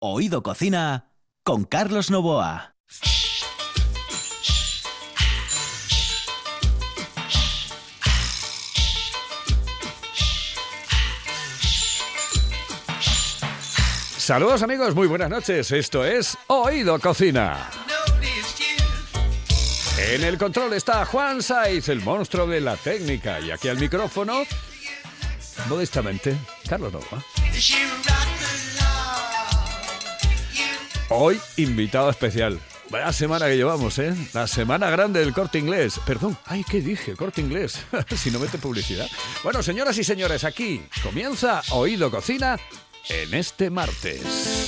Oído Cocina con Carlos Novoa. Saludos amigos, muy buenas noches. Esto es Oído Cocina. En el control está Juan Saiz, el monstruo de la técnica. Y aquí al micrófono, modestamente, Carlos Novoa. Hoy, invitado especial. Vaya semana que llevamos, ¿eh? La semana grande del Corte Inglés. Perdón, ay, ¿qué dije? Corte Inglés. Si no mete publicidad. Bueno, señoras y señores, aquí comienza Oído Cocina en este martes.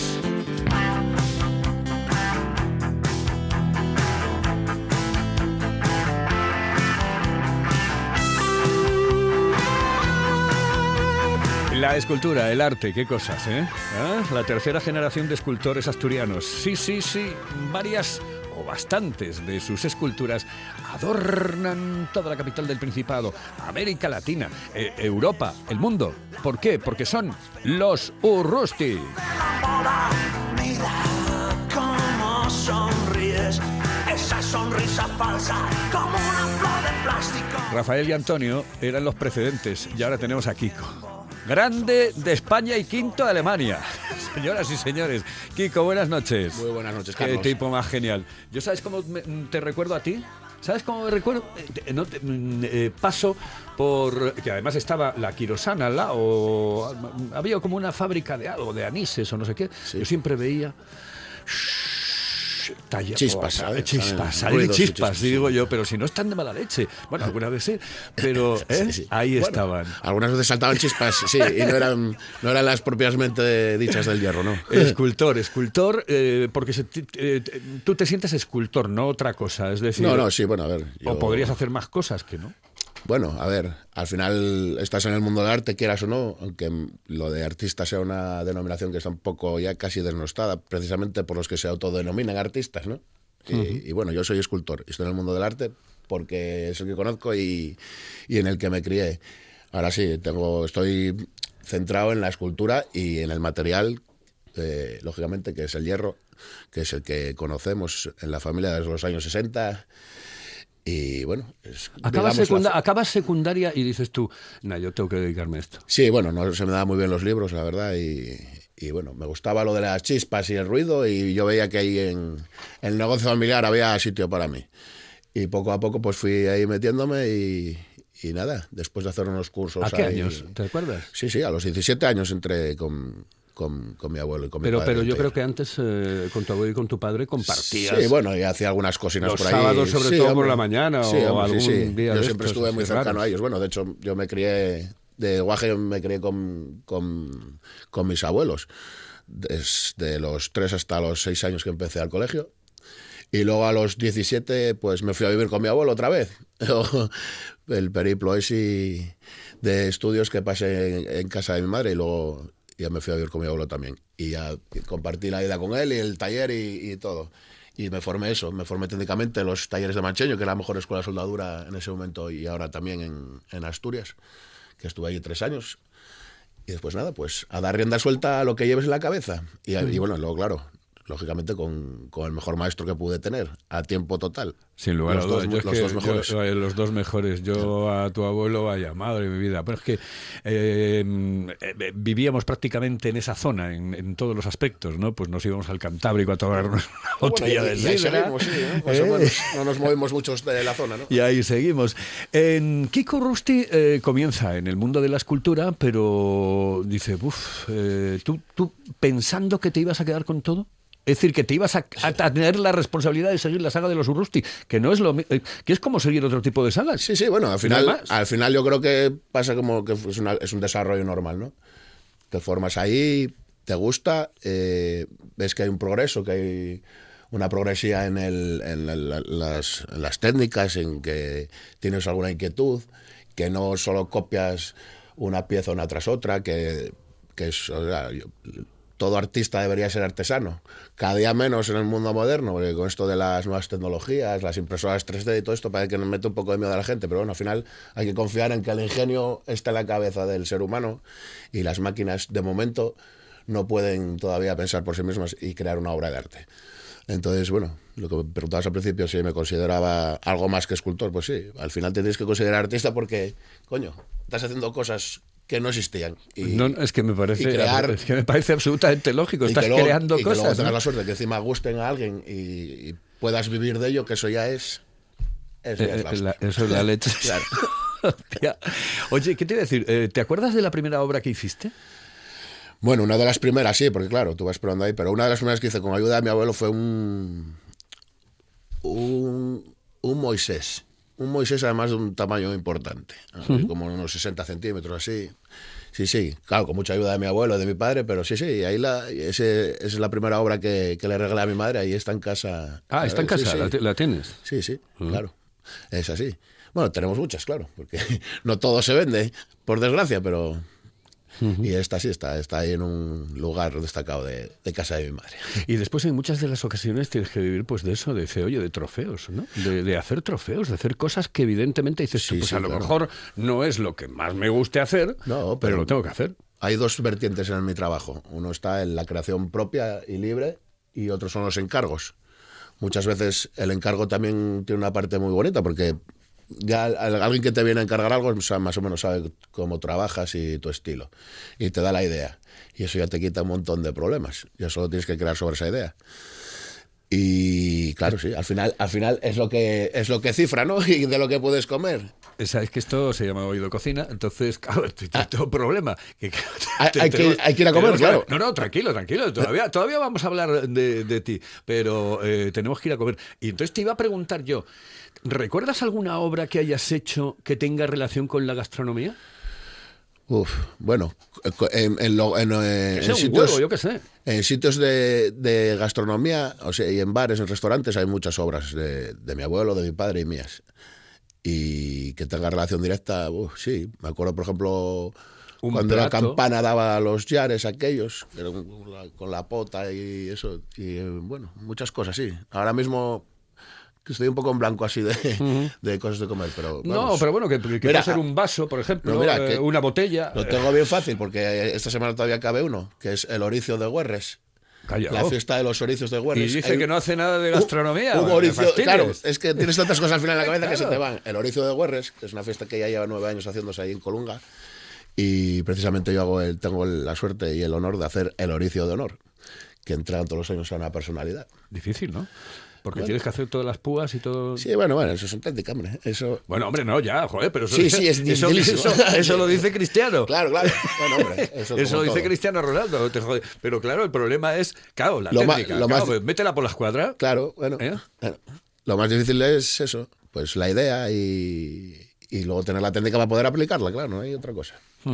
La escultura, el arte, qué cosas, ¿eh? La tercera generación de escultores asturianos. Sí, varias o bastantes de sus esculturas adornan toda la capital del Principado, América Latina, Europa, el mundo. ¿Por qué? Porque son los Urrusti. Mira cómo sonríes, esa sonrisa falsa como una flor de plástico. Rafael y Antonio eran los precedentes y ahora tenemos a Kiko. Grande de España y quinto de Alemania. Señoras y señores, Kiko, buenas noches. Muy buenas noches, Carlos. Qué tipo más genial. ¿Yo sabes cómo te recuerdo a ti? ¿Sabes cómo me recuerdo? Paso por... que además estaba la Quirosana al lado. Había como una fábrica de algo, de anises o no sé qué. Sí. Yo siempre veía... Chispas, ¿sabes? Chispas, digo yo, pero si no están de mala leche. Bueno, alguna vez sí, pero sí. Ahí bueno, estaban. Algunas veces saltaban chispas, sí, y no eran las propiamente dichas del hierro, ¿no? Escultor, porque tú te sientes escultor, no otra cosa, es decir... No, sí, bueno, a ver... O podrías hacer más cosas que no. Bueno, a ver, al final estás en el mundo del arte, quieras o no, aunque lo de artista sea una denominación que está un poco ya casi desnostada, precisamente por los que se autodenominan artistas, ¿no? Y bueno, yo soy escultor, estoy en el mundo del arte porque es el que conozco y en el que me crié. Ahora sí, estoy centrado en la escultura y en el material, lógicamente, que es el hierro, que es el que conocemos en la familia desde los años 60. Y bueno, acabas secundaria y dices tú, yo tengo que dedicarme a esto. Sí, bueno, no se me daban muy bien los libros, la verdad, y bueno, me gustaba lo de las chispas y el ruido, y yo veía que ahí en el negocio familiar había sitio para mí. Y poco a poco pues fui ahí metiéndome y nada, después de hacer unos cursos... ¿A qué años? ¿Te acuerdas? Sí, a los 17 años entré con mi abuelo y con mi padre. Pero yo creo que antes con tu abuelo y con tu padre compartías. Sí, bueno, y hacía algunas cosinas por ahí. Los sábados, sobre todo por la mañana o algún día. Yo siempre estuve muy cercano a ellos. Bueno, de hecho, yo me crié de guaje, con mis abuelos. Desde los 3 hasta los 6 años que empecé al colegio. Y luego a los 17, pues me fui a vivir con mi abuelo otra vez. El periplo ese de estudios que pasé en casa de mi madre y luego... ya me fui a vivir con mi abuelo también. Y ya compartí la vida con él y el taller y todo. Y me formé técnicamente en los talleres de Mancheño, que era la mejor escuela de soldadura en ese momento, y ahora también en Asturias, que estuve allí 3 años. Y después nada, pues a dar rienda suelta a lo que lleves en la cabeza. Y bueno, luego claro, lógicamente con el mejor maestro que pude tener, a tiempo total. Sin lugar a dudas. Los dos mejores. Yo a tu abuelo, vaya, madre de mi vida. Pero es que vivíamos prácticamente en esa zona, en todos los aspectos, ¿no? Pues nos íbamos al Cantábrico a tomarnos una botella de sidra. Sí, ¿no? Más o menos. No nos movimos muchos de la zona, ¿no? Y ahí seguimos. Kiko Urrusti comienza en el mundo de la escultura, pero dice, tú pensando que te ibas a quedar con todo. Es decir, que te ibas a tener la responsabilidad de seguir la saga de los Urrusti, que no es que es como seguir otro tipo de sagas. Sí, bueno, al final yo creo que pasa como que es un desarrollo normal, ¿no? Te formas ahí, te gusta, ves que hay un progreso, que hay una progresía en las técnicas, en que tienes alguna inquietud, que no solo copias una pieza una tras otra, que es... O sea, todo artista debería ser artesano. Cada día menos en el mundo moderno, porque con esto de las nuevas tecnologías, las impresoras 3D y todo esto, parece que nos mete un poco de miedo a la gente, pero bueno, al final hay que confiar en que el ingenio está en la cabeza del ser humano y las máquinas, de momento, no pueden todavía pensar por sí mismas y crear una obra de arte. Entonces, bueno, lo que me preguntabas al principio, si me consideraba algo más que escultor, pues sí, al final te tienes que considerar artista porque, coño, estás haciendo cosas que no existían. No, es que me parece absolutamente lógico. Estás creando y cosas. Que luego tengas ¿no? la suerte de que encima gusten a alguien y puedas vivir de ello, que eso ya es... Eso es la leche. Claro. Oye, ¿qué te iba a decir? ¿Te acuerdas de la primera obra que hiciste? Bueno, una de las primeras sí, porque claro, tú vas probando ahí, pero una de las primeras que hice con ayuda de mi abuelo fue un Moisés. Un Moisés además de un tamaño importante, como unos 60 centímetros así. Sí, claro, con mucha ayuda de mi abuelo, de mi padre, pero sí, ahí esa es la primera obra que le regalé a mi madre, ahí está en casa. Ah, está en casa, sí. ¿La tienes? Sí, claro, es así. Bueno, tenemos muchas, claro, porque no todo se vende, por desgracia, pero... Y esta sí está ahí en un lugar destacado de casa de mi madre. Y después en muchas de las ocasiones tienes que vivir pues de eso, de feollo, de trofeos, ¿no? De hacer trofeos, de hacer cosas que evidentemente dices, sí, pues sí, a lo claro. mejor no es lo que más me guste hacer, no, pero lo tengo que hacer. Hay dos vertientes en mi trabajo. Uno está en la creación propia y libre y otros son los encargos. Muchas veces el encargo también tiene una parte muy bonita porque ya alguien que te viene a encargar algo más o menos sabe cómo trabajas y tu estilo y te da la idea y eso ya te quita un montón de problemas, ya solo tienes que crear sobre esa idea y claro, sí, al final es lo que cifra, ¿no? Y de lo que puedes comer. Sabes que esto se llama oído cocina, entonces, claro, tengo problema. Hay que ir a comer, claro. No, tranquilo, todavía vamos a hablar de ti, pero tenemos que ir a comer. Y entonces te iba a preguntar yo, ¿recuerdas alguna obra que hayas hecho que tenga relación con la gastronomía? Bueno, en sitios, huevo, yo qué sé. En sitios de gastronomía, o sea, y en bares, en restaurantes, hay muchas obras de mi abuelo, de mi padre y mías. Y que tenga relación directa, sí. Me acuerdo, por ejemplo, cuando la campana daba los yares aquellos, con la pota y eso. Y bueno, muchas cosas, sí. Ahora mismo... Estoy un poco en blanco así de cosas de comer, pero vamos. No, pero bueno, que puede ser un vaso, por ejemplo, una botella. Lo tengo bien fácil, porque esta semana todavía cabe uno, que es el oricio de Güerres. Callao. La fiesta de los oricios de Güerres. Y dice que no hace nada de gastronomía. Un oricio, claro, es que tienes tantas cosas al final en la cabeza que se te van. El oricio de Güerres, que es una fiesta que ya lleva 9 años haciéndose ahí en Colunga, y precisamente yo tengo la suerte y el honor de hacer el oricio de honor, que entregan todos los años a una personalidad. Difícil, ¿no? Porque tienes que hacer todas las púas y todo... Sí, bueno, eso es un técnica, hombre. Eso... Bueno, hombre, no, ya, joder, pero eso... Sí, es eso lo dice Cristiano. Claro. Bueno, hombre, eso lo dice Cristiano Ronaldo, te jode. Pero claro, el problema es, claro, la técnica. Pues métela por la escuadra. Claro, bueno. Lo más difícil es eso, pues la idea y luego tener la técnica para poder aplicarla, claro, no hay otra cosa.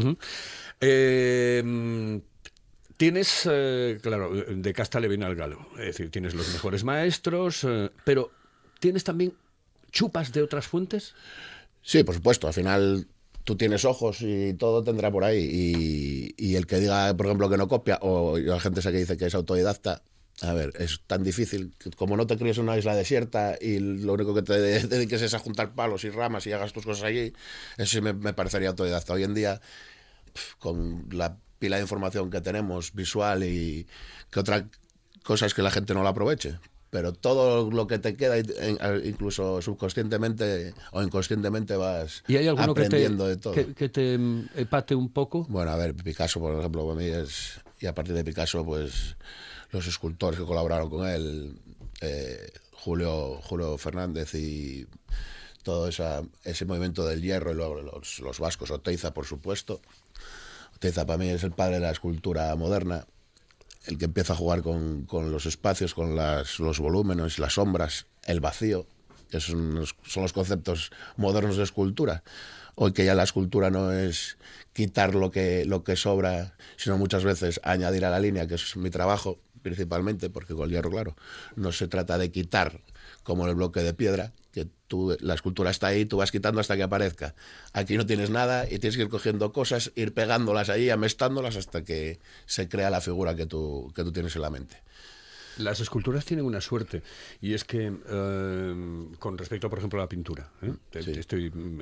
Tienes, claro, de casta le viene al galo, es decir, tienes los mejores maestros, pero ¿tienes también chupas de otras fuentes? Sí, por supuesto, al final tú tienes ojos y todo tendrá por ahí, y el que diga, por ejemplo, que no copia, o la gente esa que dice que es autodidacta, a ver, es tan difícil, como no te críes en una isla desierta y lo único que te dediques es a juntar palos y ramas y hagas tus cosas allí, eso sí me parecería autodidacta. Hoy en día, con la pila de información que tenemos, visual, y que otra cosa es que la gente no la aproveche. Pero todo lo que te queda, incluso subconscientemente o inconscientemente, vas aprendiendo de todo. Que te empate un poco. Bueno, a ver, Picasso, por ejemplo, para mí y a partir de Picasso, pues los escultores que colaboraron con él, Julio Fernández y todo ese movimiento del hierro, y luego los vascos, Oteiza, por supuesto. Oteiza para mí es el padre de la escultura moderna, el que empieza a jugar con los espacios, con los volúmenes, las sombras, el vacío, que son los conceptos modernos de escultura. Hoy que ya la escultura no es quitar lo que sobra, sino muchas veces añadir a la línea, que es mi trabajo principalmente, porque con el hierro, claro, no se trata de quitar como en el bloque de piedra, que la escultura está ahí, tú vas quitando hasta que aparezca. Aquí no tienes nada y tienes que ir cogiendo cosas, ir pegándolas ahí, amestándolas hasta que se crea la figura que tú tienes en la mente. Las esculturas tienen una suerte, y es que con respecto, por ejemplo, a la pintura, Sí. estoy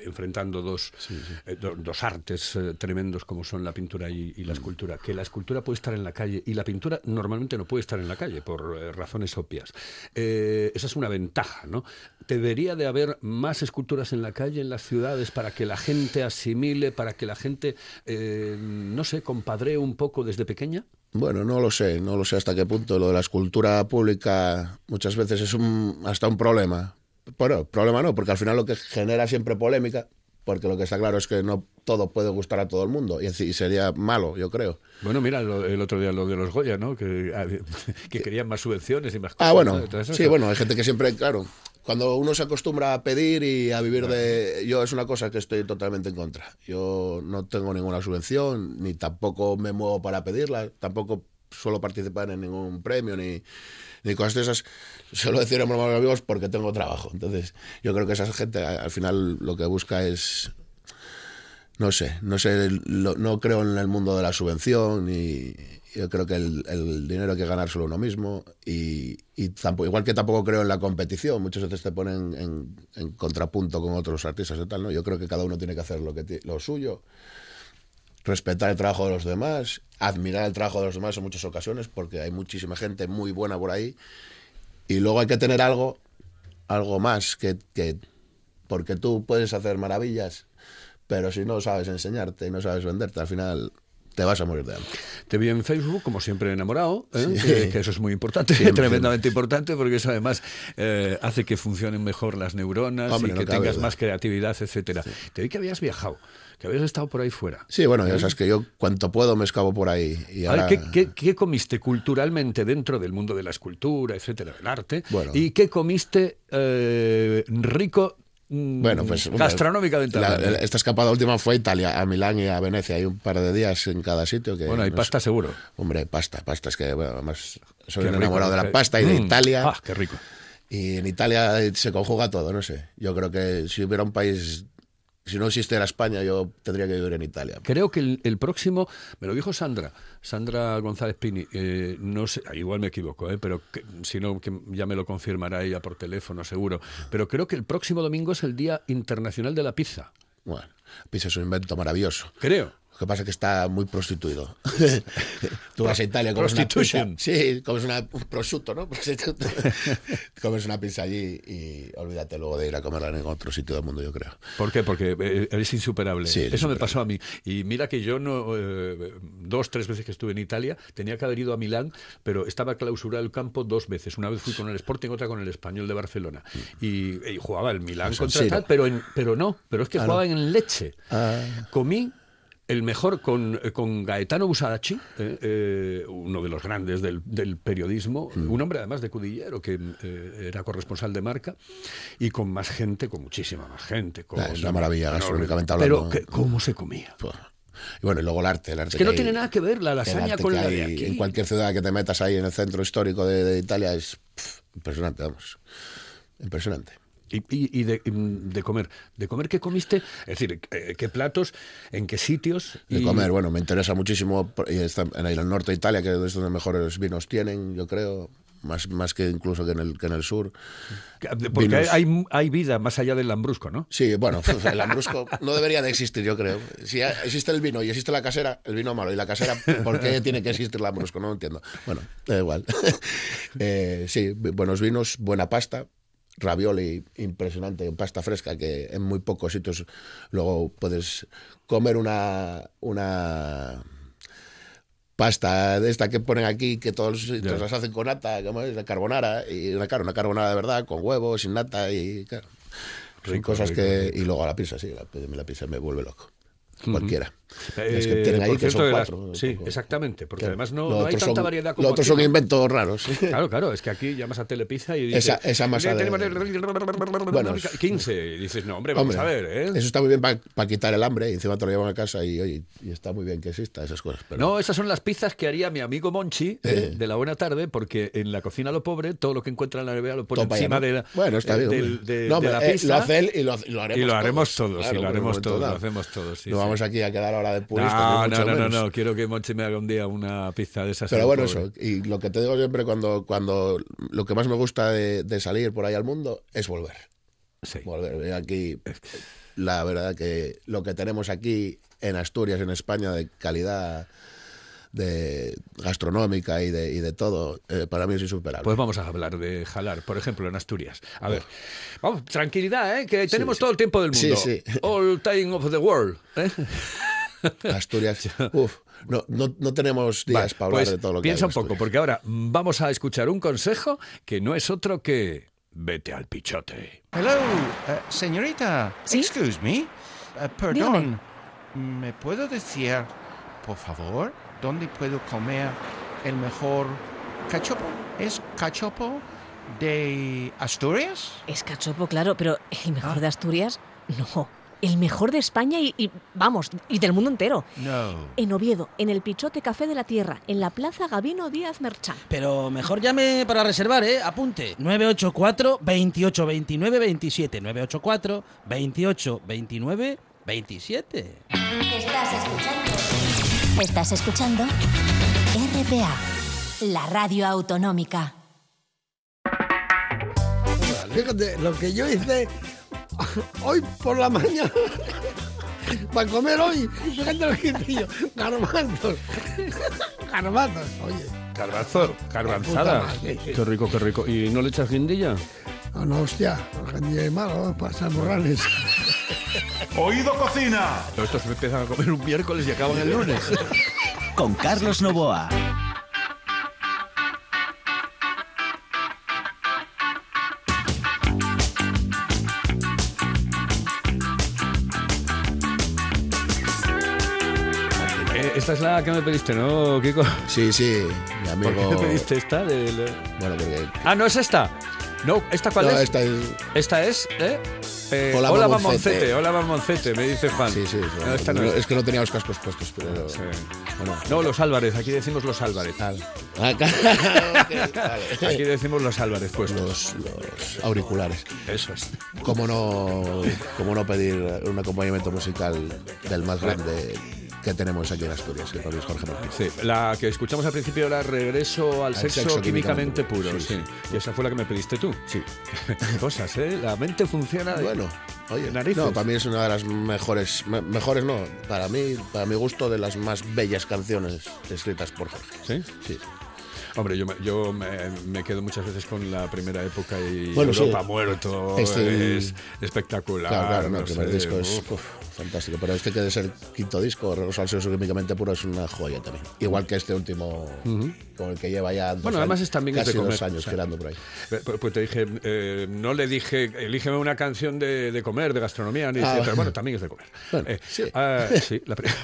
enfrentando dos artes tremendos como son la pintura y la escultura, que la escultura puede estar en la calle y la pintura normalmente no puede estar en la calle por razones obvias. Esa es una ventaja, ¿no? ¿Debería de haber más esculturas en la calle, en las ciudades, para que la gente asimile, para que la gente, no sé, compadree un poco desde pequeña? Bueno, no lo sé hasta qué punto. Lo de la escultura pública muchas veces es hasta un problema. Bueno, problema no, porque al final lo que genera siempre polémica, porque lo que está claro es que no todo puede gustar a todo el mundo, y sería malo, yo creo. Bueno, mira, el otro día lo de los Goya, ¿no? Que querían más subvenciones y más cosas. Ah, bueno, ¿no? Entonces, sí, bueno, hay gente que siempre, claro, cuando uno se acostumbra a pedir y a vivir de... Yo es una cosa que estoy totalmente en contra. Yo no tengo ninguna subvención, ni tampoco me muevo para pedirla, tampoco suelo participar en ningún premio, ni cosas de esas. Suelo decir a mis amigos porque tengo trabajo. Entonces, yo creo que esa gente al final lo que busca es... No sé, no creo en el mundo de la subvención y yo creo que el dinero hay que ganárselo uno mismo y tampoco, igual que tampoco creo en la competición, muchas veces te ponen en contrapunto con otros artistas y tal, ¿no? Yo creo que cada uno tiene que hacer lo suyo, respetar el trabajo de los demás, admirar el trabajo de los demás en muchas ocasiones, porque hay muchísima gente muy buena por ahí, y luego hay que tener algo más que porque tú puedes hacer maravillas, pero si no sabes enseñarte y no sabes venderte, al final te vas a morir de hambre. Te vi en Facebook, como siempre, enamorado, Sí. que eso es muy importante, tremendamente importante, porque eso además hace que funcionen mejor las neuronas. Hombre, y que tengas más creatividad, etcétera. Sí. Te vi que habías viajado, que habías estado por ahí fuera. Sí, bueno, ya sabes que yo cuanto puedo me escapo por ahí. Y ahora... ¿Qué comiste culturalmente dentro del mundo de la escultura, etcétera, del arte? Bueno. ¿Y qué comiste rico? Bueno, pues gastronómicamente. Esta escapada última fue a Italia, a Milán y a Venecia. Hay un par de días en cada sitio. Que bueno, hay pasta seguro. Hombre, pasta. Es que bueno, además soy un enamorado de la pasta y de Italia. ¡Ah, qué rico! Y en Italia se conjuga todo, no sé. Yo creo que si hubiera un país... Si no existiera España, yo tendría que vivir en Italia. Creo que el próximo, me lo dijo Sandra González Pini, no sé, igual me equivoco, pero si no, que ya me lo confirmará ella por teléfono, seguro. Pero creo que el próximo domingo es el Día Internacional de la Pizza. Bueno, la pizza es un invento maravilloso. Creo. Lo que pasa es que está muy prostituido. Tú vas a Italia, comes una pizza. Sí, comes un prosciutto, ¿no? Comes una pizza allí y olvídate luego de ir a comerla en otro sitio del mundo, yo creo. ¿Por qué? Porque eres insuperable. Sí, eso me pasó a mí. Y mira que yo no 2-3 veces que estuve en Italia, tenía que haber ido a Milán, pero estaba clausurado el campo 2 veces. Una vez fui con el Sporting, otra con el Español de Barcelona. Y jugaba el Milán contra tal, pero es que jugaba en Lecce. Comí el mejor con Gaetano Busaracci, uno de los grandes del periodismo, un hombre además de Cudillero, que era corresponsal de Marca, y con más gente, con muchísima más gente. Es una maravilla gastronómicamente hablando. Pero ¿cómo se comía? Y bueno, y luego el arte. Es que no tiene nada que ver la lasaña con la de aquí. En cualquier ciudad que te metas ahí en el centro histórico de Italia es impresionante, vamos. Impresionante. Y de comer, ¿qué comiste? Es decir, ¿qué platos? ¿En qué sitios? De comer, bueno, me interesa muchísimo. Está en el norte de Italia, que es donde mejores vinos tienen, yo creo. Más que incluso que en el sur. Porque hay vida más allá del lambrusco, ¿no? Sí, bueno, el lambrusco no debería de existir, yo creo. Si existe el vino y existe la casera, el vino malo y la casera, ¿por qué tiene que existir el lambrusco? No lo entiendo. Bueno, da igual. Sí, buenos vinos, buena pasta. Ravioli impresionante, pasta fresca, que en muy pocos sitios luego puedes comer una pasta de esta que ponen aquí, que todos los sitios las hacen con nata, como es la carbonara, y una carbonara de verdad, con huevos, sin nata, y claro, son cosas que... Y luego la pizza, sí, la pizza me vuelve loco. Cualquiera. Es que tienen ahí que son 4. Sí, exactamente, porque además no hay tanta variedad como los otros aquí, son inventos raros. Claro, es que aquí llamas a Telepizza y dices... Esa masa de... Bueno, 15, y dices, no, vamos a ver, ¿eh? Eso está muy bien para quitar el hambre, y encima te lo llevan a casa y está muy bien que exista esas cosas. Pero... No, esas son las pizzas que haría mi amigo Monchi de la Buena Tarde, porque en la cocina a lo pobre, todo lo que encuentra en la nevera lo pone encima de la, bueno, está bien, de la pizza. Lo hace él y lo haremos y lo haremos todos. Claro, lo haremos todos, lo hacemos todos. Sí, no vamos aquí a quedar ahora de puristas. No, quiero que Monchi me haga un día una pizza de esas. Pero bueno, eso, y lo que te digo siempre cuando lo que más me gusta de salir por ahí al mundo es volver. Sí. Volver aquí. la verdad que lo que tenemos aquí en Asturias, en España, de calidad de gastronómica y de todo, para mí es insuperable. Pues vamos a hablar de jalar, por ejemplo, en Asturias. A ver, vamos, tranquilidad, que tenemos todo el tiempo del mundo. Sí. All time of the world. Asturias, no tenemos días para hablar pues de todo lo que piensa hay un poco, porque ahora vamos a escuchar un consejo que no es otro que vete al pichote. Hello, señorita. ¿Sí? Excuse me. Perdón. ¿Me puedo decir, por favor, dónde puedo comer el mejor cachopo? ¿Es cachopo de Asturias? Es cachopo, claro, pero ¿el mejor de Asturias? No, el mejor de España y vamos, y del mundo entero. No. En Oviedo, en el Pichote Café de la Tierra, en la Plaza Gabino Díaz Merchán. Pero mejor llame para reservar, Apunte. 984 28 29 27. 984 28 29 27. Estás escuchando RPA, la radio autonómica. Fíjate, lo que yo hice hoy por la mañana para comer hoy, fíjate lo que hice yo, garbanzos, oye. Garbanzada. Qué rico, qué rico. ¿Y no le echas guindilla? No, hostia, la gente es malo, para morrales. Oído Cocina. Estos empiezan a comer un miércoles y acaban el lunes. Con Carlos Novoa. Esta es la que me pediste, ¿no, Kiko? Sí, mi amigo. ¿Por qué me pediste esta? Bueno, porque... Ah, ¿no es esta? No, ¿esta cuál es? Esta Esta es... es, Hola, Mamoncete. Hola, Mamoncete, me dice Juan. Sí. No, esta no es que no tenía los cascos puestos, pero... Sí. Bueno. No, los Álvarez, aquí decimos los Álvarez. Aquí decimos los Álvarez, pues. Los auriculares. Eso es. ¿Cómo no pedir un acompañamiento musical del más grande que tenemos aquí en Asturias, que es Jorge Martínez? Sí, la que escuchamos al principio era Regreso al sexo químicamente puro. Sí. Y esa fue la que me pediste tú. Sí. Cosas, la mente funciona. Bueno, oye, narices. No, para mí es una de las mejores no, para mi gusto, de las más bellas canciones escritas por Jorge. ¿Sí? Sí. Hombre, yo me quedo muchas veces con la primera época y bueno, Europa sí. Muerto es espectacular. Claro, el primer sé, disco es fantástico, pero que debe ser el quinto disco, Regreso al sexo químicamente puro, es una joya también. Igual que este último, con el que lleva ya además también casi es de comer. 2 años girando por ahí. Pues te dije, no le dije, elígeme una canción de comer, de gastronomía, ni decía, pero bueno, también es de comer. Bueno, sí. Sí,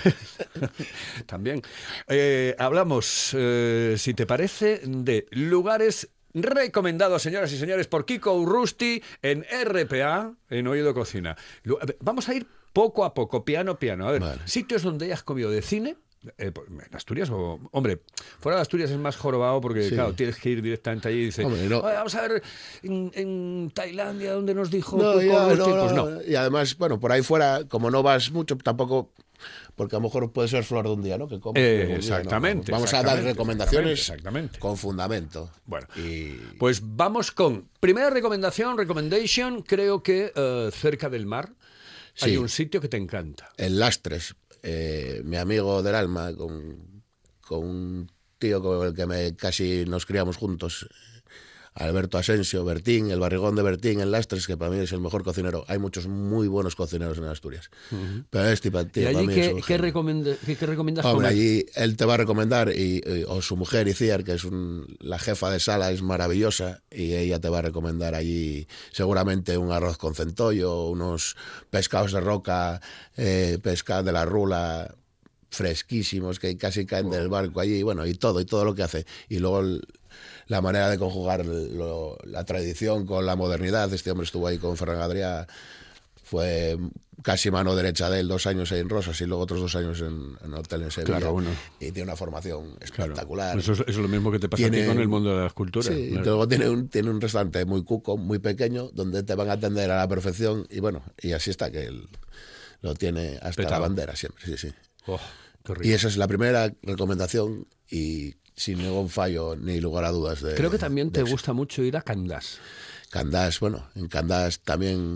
también. Hablamos, si te parece, de lugares recomendados, señoras y señores, por Kiko Urrusti en RPA, en Oído Cocina. Vamos a ir poco a poco, piano a piano. A ver, vale. Sitios donde hayas comido de cine. ¿En Asturias o...? Hombre, fuera de Asturias es más jorobado porque, Sí. claro, tienes que ir directamente allí y dices, Hombre, no. vamos a ver en Tailandia, donde nos dijo No, Kiko ya, Urrusti. no. Pues no. Y además, bueno, por ahí fuera, como no vas mucho, tampoco... Porque a lo mejor puede ser flor de un día, ¿no? Que comes Exactamente. Vamos a dar recomendaciones exactamente. con fundamento. Bueno, y... pues vamos con primera recommendation, creo que cerca del mar hay Sí. un sitio que te encanta. En Lastres, mi amigo del alma, con un tío con el que casi nos criamos juntos, Alberto Asensio, Bertín, el barrigón de Bertín en Lastres, que para mí es el mejor cocinero. Hay muchos muy buenos cocineros en Asturias. Pero este tío, ¿Y allí para mí es un qué genio. recomiendas Hombre, comer? allí él te va a recomendar, o su mujer Iciar, que es la jefa de sala, es maravillosa, y ella te va a recomendar allí seguramente un arroz con centollo, unos pescados de roca, pescado de la rula, fresquísimos, que casi caen del barco allí, bueno, y todo lo que hace. Y luego la manera de conjugar la tradición con la modernidad. Este hombre estuvo ahí con Ferran Adrià, fue casi mano derecha de él 2 años en Rosas y luego otros 2 años en hotel en Sevilla. Claro, bueno. Y tiene una formación espectacular. Claro. Eso es lo mismo que te pasa a ti con el mundo de la escultura. Sí, claro. y luego tiene un restaurante muy cuco, muy pequeño, donde te van a atender a la perfección. Y bueno, y así está, que él lo tiene hasta Petado. la bandera siempre. Sí. Oh, qué rico. Y esa es la primera recomendación y sin ningún fallo ni lugar a dudas. Creo que también te éxito. gusta mucho ir a Candás. Candás, bueno, en Candás también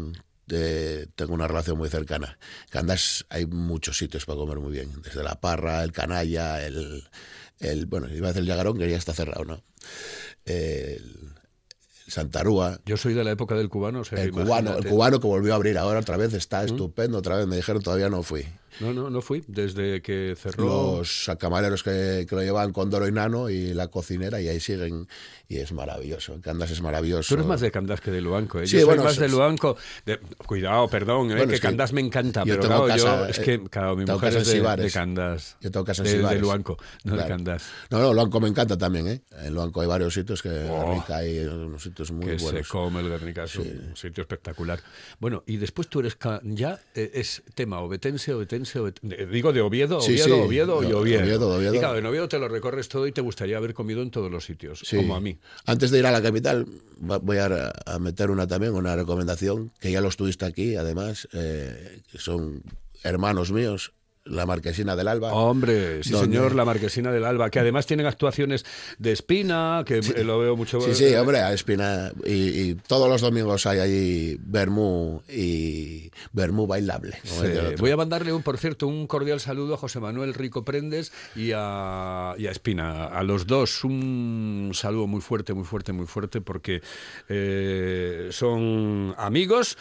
tengo una relación muy cercana. Candás hay muchos sitios para comer muy bien, desde La Parra, el Canalla, bueno, iba a decir el Llagarón, que ya está cerrado, ¿no? El Santarúa. Yo soy de la época del cubano. O sea, el cubano que volvió a abrir ahora otra vez, está estupendo, otra vez me dijeron, todavía no fui. No fui, desde que cerró. Los camareros que lo llevaban con Doro y Nano y la cocinera, y ahí siguen, y es maravilloso. Candás es maravilloso. Tú eres más de Candás que de Luanco, ¿eh? Sí, Yo soy bueno, más de Luanco. Cuidado, perdón, bueno, que Candás me encanta, pero tengo claro, casa, mi mujer es de Candás. Yo tengo casa en de Sibares. Luanco, no claro. de Candás. No, Luanco me encanta también, ¿eh? En Luanco hay varios sitios que Guernica hay unos sitios muy que buenos. Se come el Guernica, es un sitio espectacular. Bueno, y después tú eres ya es tema ovetense, digo de Oviedo, Oviedo. Y claro, en Oviedo te lo recorres todo y te gustaría haber comido en todos los sitios, como a mí. Antes de ir a la capital, voy a meter una recomendación, que ya los tuviste aquí, además, que son hermanos míos. La Marquesina del Alba. Hombre, sí señor, la Marquesina del Alba, que además tienen actuaciones de Espina, que lo veo mucho. Sí, hombre, a Espina, y todos los domingos hay allí vermú bailable. Sí. Voy a mandarle, por cierto, un cordial saludo a José Manuel Rico Prendes y a Espina, a los dos, un saludo muy fuerte, porque son amigos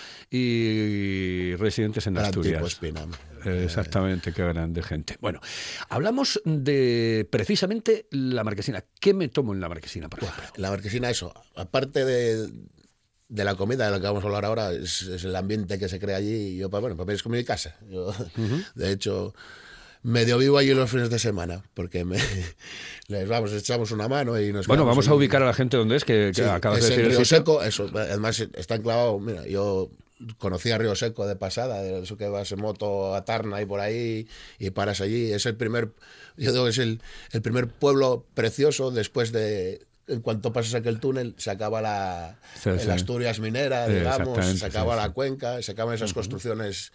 y residentes en Asturias. Tipo Espina. Exactamente, qué grande gente. Bueno, hablamos de precisamente la Marquesina. ¿Qué me tomo en la Marquesina, por ejemplo? La Marquesina, eso, aparte de la comida, de lo que vamos a hablar ahora, es el ambiente que se crea allí. Yo, para mí es como mi casa. Yo, de hecho, medio vivo allí los fines de semana, porque les echamos una mano y nos... Bueno, vamos a ubicar a la gente donde es, que acabas de decir. En Río Seco, eso, además está enclavado, mira, yo... Conocí a Río Seco de pasada, de eso que vas en moto a Tarna y por ahí y paras allí. Es yo digo que es el primer pueblo precioso después de, en cuanto pasas aquel túnel, se acaba la Asturias minera, digamos, se acaba la cuenca, se acaban esas construcciones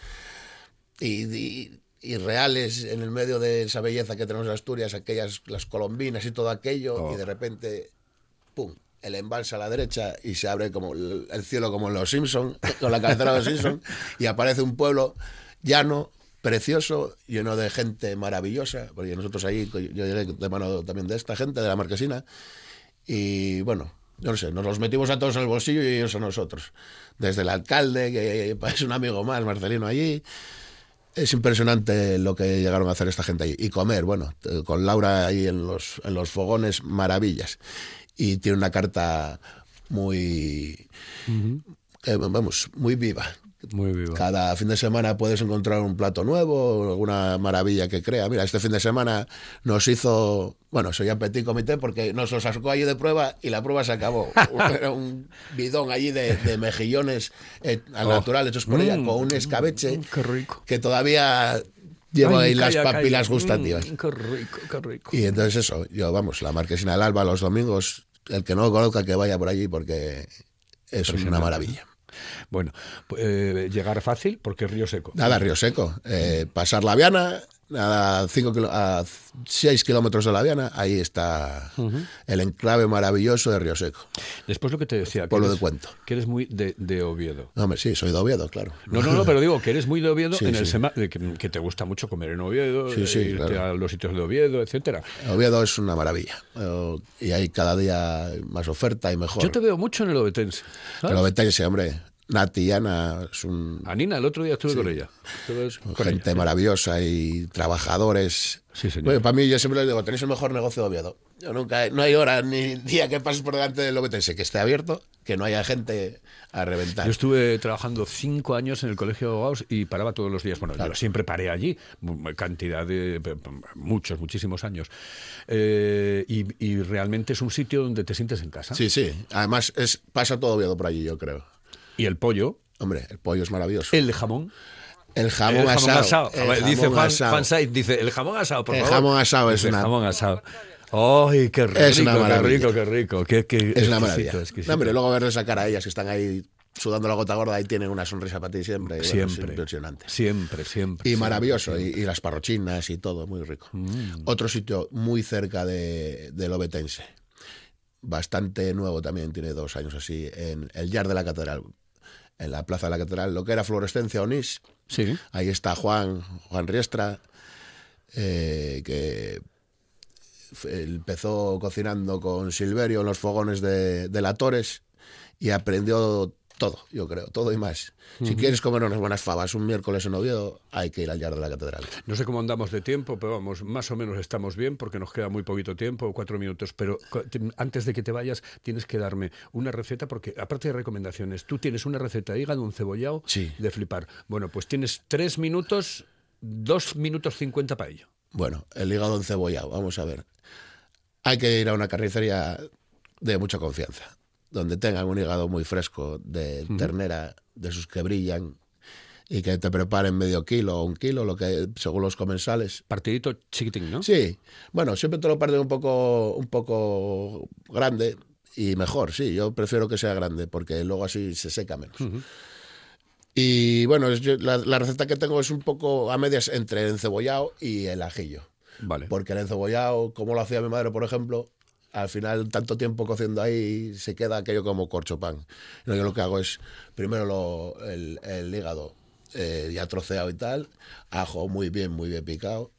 y reales en el medio de esa belleza que tenemos en Asturias, las colombinas y todo aquello, y de repente, ¡pum!, el embalse a la derecha y se abre como el cielo como en Los Simpson, con la cabecera de Los Simpson, y aparece un pueblo llano, precioso, lleno de gente maravillosa, porque nosotros ahí, yo llegué de mano también de esta gente, de la Marquesina, y bueno, yo no sé, nos los metimos a todos en el bolsillo y ellos a nosotros. Desde el alcalde, que es un amigo más, Marcelino, allí. Es impresionante lo que llegaron a hacer esta gente allí. Y comer, bueno, con Laura ahí en los fogones, maravillas. Y tiene una carta muy, muy viva. Muy viva. Cada fin de semana puedes encontrar un plato nuevo, alguna maravilla que crea. Mira, este fin de semana nos hizo, bueno, soy a petit comité porque nos lo sacó allí de prueba y la prueba se acabó. Era un bidón allí de mejillones al natural, hechos por ella, con un escabeche qué rico. Que todavía lleva ahí las papilas gustativas. Qué rico. Y entonces eso, la Marquesina del Alba los domingos, el que no lo conozca que vaya por allí porque es una maravilla. Bueno, llegar fácil porque es Río Seco. Nada, Río Seco. Pasar la Viana, a 6 kilómetros de la Viana, ahí está el enclave maravilloso de Río Seco. Después lo que te decía, pueblo de cuento. Que eres muy de Oviedo. No, hombre, sí, soy de Oviedo, claro. No, pero digo que eres muy de Oviedo sí, en el que te gusta mucho comer en Oviedo, irte claro. a los sitios de Oviedo, etcétera. Oviedo es una maravilla. Y hay cada día más oferta y mejor. Yo te veo mucho en el ovetense. ¿Sabes? El ovetense, hombre. Nati, Ana, es Anina, el otro día estuve con ella. Gente maravillosa y trabajadores. Sí, señor. Bueno, para mí, yo siempre les digo, tenéis el mejor negocio de Oviedo. No hay hora ni día que pases por delante del ovetense que esté abierto, que no haya gente a reventar. Yo estuve trabajando 5 años en el Colegio de Abogados y paraba todos los días. Bueno, claro. Yo siempre paré allí, cantidad de muchísimos años. Y realmente es un sitio donde te sientes en casa. Sí. Además, pasa todo Oviedo por allí, yo creo. ¿Y el pollo? Hombre, el pollo es maravilloso. ¿El jamón? El jamón asado. Dice Juan Saiz, dice el jamón asado, por favor. El jamón asado es una... jamón asado. ¡Ay, qué rico, es una maravilla. qué rico! Es una maravilla. No, hombre, luego verles esa cara a ellas que están ahí sudando la gota gorda y tienen una sonrisa para ti siempre. Siempre. Bueno, es impresionante. Siempre. Y maravilloso. Y las parrochinas y todo, muy rico. Otro sitio muy cerca del ovetense. Bastante nuevo también, tiene 2 años así, en el Llar de la Catedral. en la plaza de la Catedral, lo que era Florescencia Onís. Sí. Ahí está Juan Riestra, que empezó cocinando con Silverio en los fogones de la Torres y aprendió todo, yo creo, todo y más. Si quieres comer unas buenas fabas un miércoles en Oviedo, hay que ir al Llar de la Catedral. No sé cómo andamos de tiempo, pero vamos, más o menos estamos bien porque nos queda muy poquito tiempo, 4 minutos. Pero antes de que te vayas, tienes que darme una receta, porque aparte de recomendaciones, tú tienes una receta de hígado encebollado de flipar. Bueno, pues tienes 3 minutos, 2 minutos 50 para ello. Bueno, el hígado encebollado, vamos a ver. Hay que ir a una carnicería de mucha confianza, donde tengan un hígado muy fresco de ternera, de esos que brillan, y que te preparen medio kilo o 1 kilo, lo que según los comensales. Partidito chiquitín, ¿no? Sí. Bueno, siempre te lo parten un poco grande y mejor, sí. Yo prefiero que sea grande porque luego así se seca menos. Y bueno, la receta que tengo es un poco a medias entre el encebollado y el ajillo. Vale. Porque el encebollado, como lo hacía mi madre, por ejemplo, al final, tanto tiempo cociendo ahí, se queda aquello como corchopán. No, yo lo que hago es, primero el hígado ya troceado y tal, ajo muy bien picado,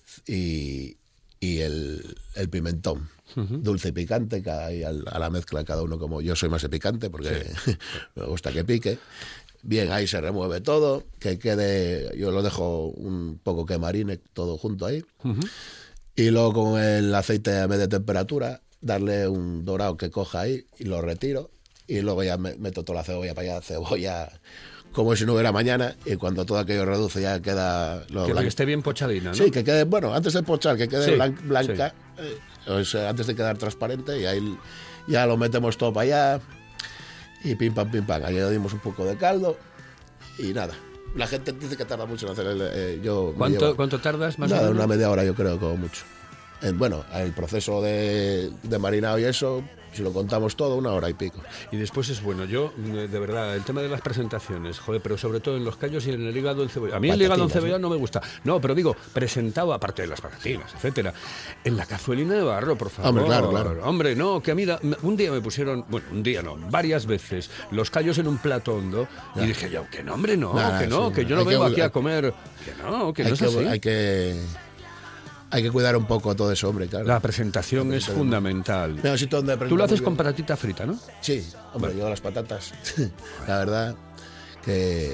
y el pimentón, dulce y picante, a la mezcla cada uno, como yo soy más de picante, porque me gusta que pique. Bien, ahí se remueve todo, que quede, yo lo dejo un poco que marine todo junto ahí. Y luego con el aceite a media temperatura, darle un dorado que coja ahí y lo retiro. Y luego ya meto toda la cebolla para allá, cebolla como si no hubiera mañana. Y cuando todo aquello reduce ya queda... Que esté bien pochadina, ¿no? Sí, que quede, bueno, antes de pochar, que quede blanca, antes de quedar transparente. Y ahí ya lo metemos todo para allá. Y pim pam, añadimos un poco de caldo y nada. La gente dice que tarda mucho en hacer ¿Cuánto tardas más o menos? menos? Una media hora yo creo, como mucho. Bueno, el proceso de marinado y eso, si lo contamos todo, 1 hora y pico. Y después es bueno, yo, de verdad, el tema de las presentaciones, joder, pero sobre todo en los callos y en el hígado encebollado. A mí el hígado encebollado no me gusta. No, pero digo, presentado, aparte de las patatinas, etcétera, en la cazuelina de barro, por favor. Hombre, claro. Hombre, no, que a mí un día me pusieron, bueno, un día no, varias veces, los callos en un plato hondo, y dije yo, que no, hombre, no, que yo no vengo aquí a comer, que no es así. Hay que cuidar un poco todo eso, hombre, claro. La presentación es fundamental. Mira, Tú lo haces con patatita frita, ¿no? Sí, hombre, yo las patatas, la verdad que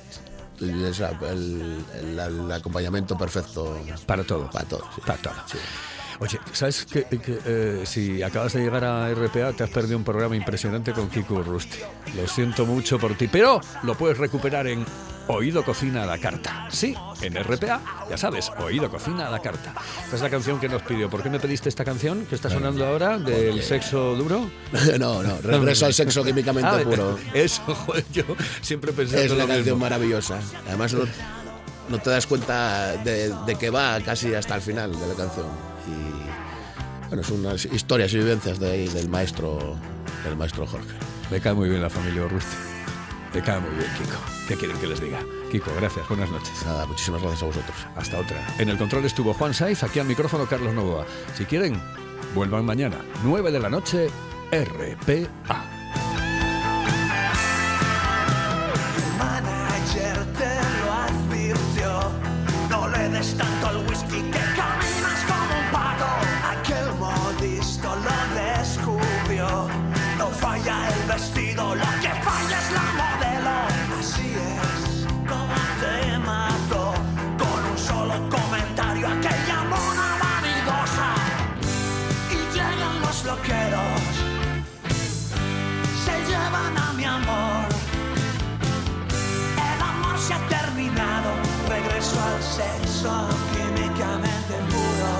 es el acompañamiento perfecto. Para todo. Para todo. Sí. Para todo. Sí. Oye, ¿sabes que si acabas de llegar a RPA te has perdido un programa impresionante con Kiko Urrusti? Lo siento mucho por ti, pero lo puedes recuperar en Oído Cocina a la Carta. Sí, en RPA, ya sabes, Oído Cocina a la Carta. Esta es la canción que nos pidió. ¿Por qué me pediste esta canción que está sonando ahora, del sexo duro? No, regreso al sexo químicamente puro. Eso, joder, yo siempre pensé es una canción maravillosa. Además, no te das cuenta de que va casi hasta el final de la canción. Y bueno, son unas historias y vivencias del maestro Jorge. Me cae muy bien la familia Urrusti. Me cae muy bien, Kiko. ¿Qué quieren que les diga? Kiko, gracias, buenas noches. Nada, muchísimas gracias a vosotros. Hasta otra. En el control estuvo Juan Saiz, aquí al micrófono Carlos Novoa. Si quieren, vuelvan mañana, 9 de la noche, RPA. Manager te lo advirtió, no le des tanto al whisky que caminas como un pato. Aquel modisto lo descubrió, no falla el vestido, lo que falla es la modelo. Así es como te mató, con un solo comentario aquella mona vanidosa. Y llegan los loqueros, se llevan a mi amor. El amor se ha terminado, regreso al sexo químicamente puro.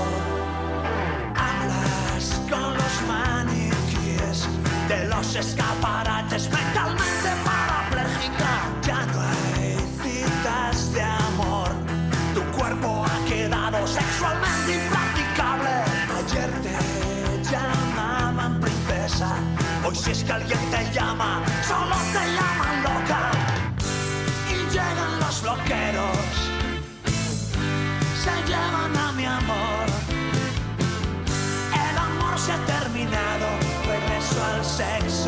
Hablas con los maniquíes de los escaparates, mentalmente parapléjica. Ya no hay citas de amor, tu cuerpo ha quedado sexualmente impracticable. Ayer te llamaban princesa, hoy si es que alguien te llama, solo te llaman loca. Y llegan los loqueros, se llevan a mi amor. El amor se ha terminado, regreso al sexo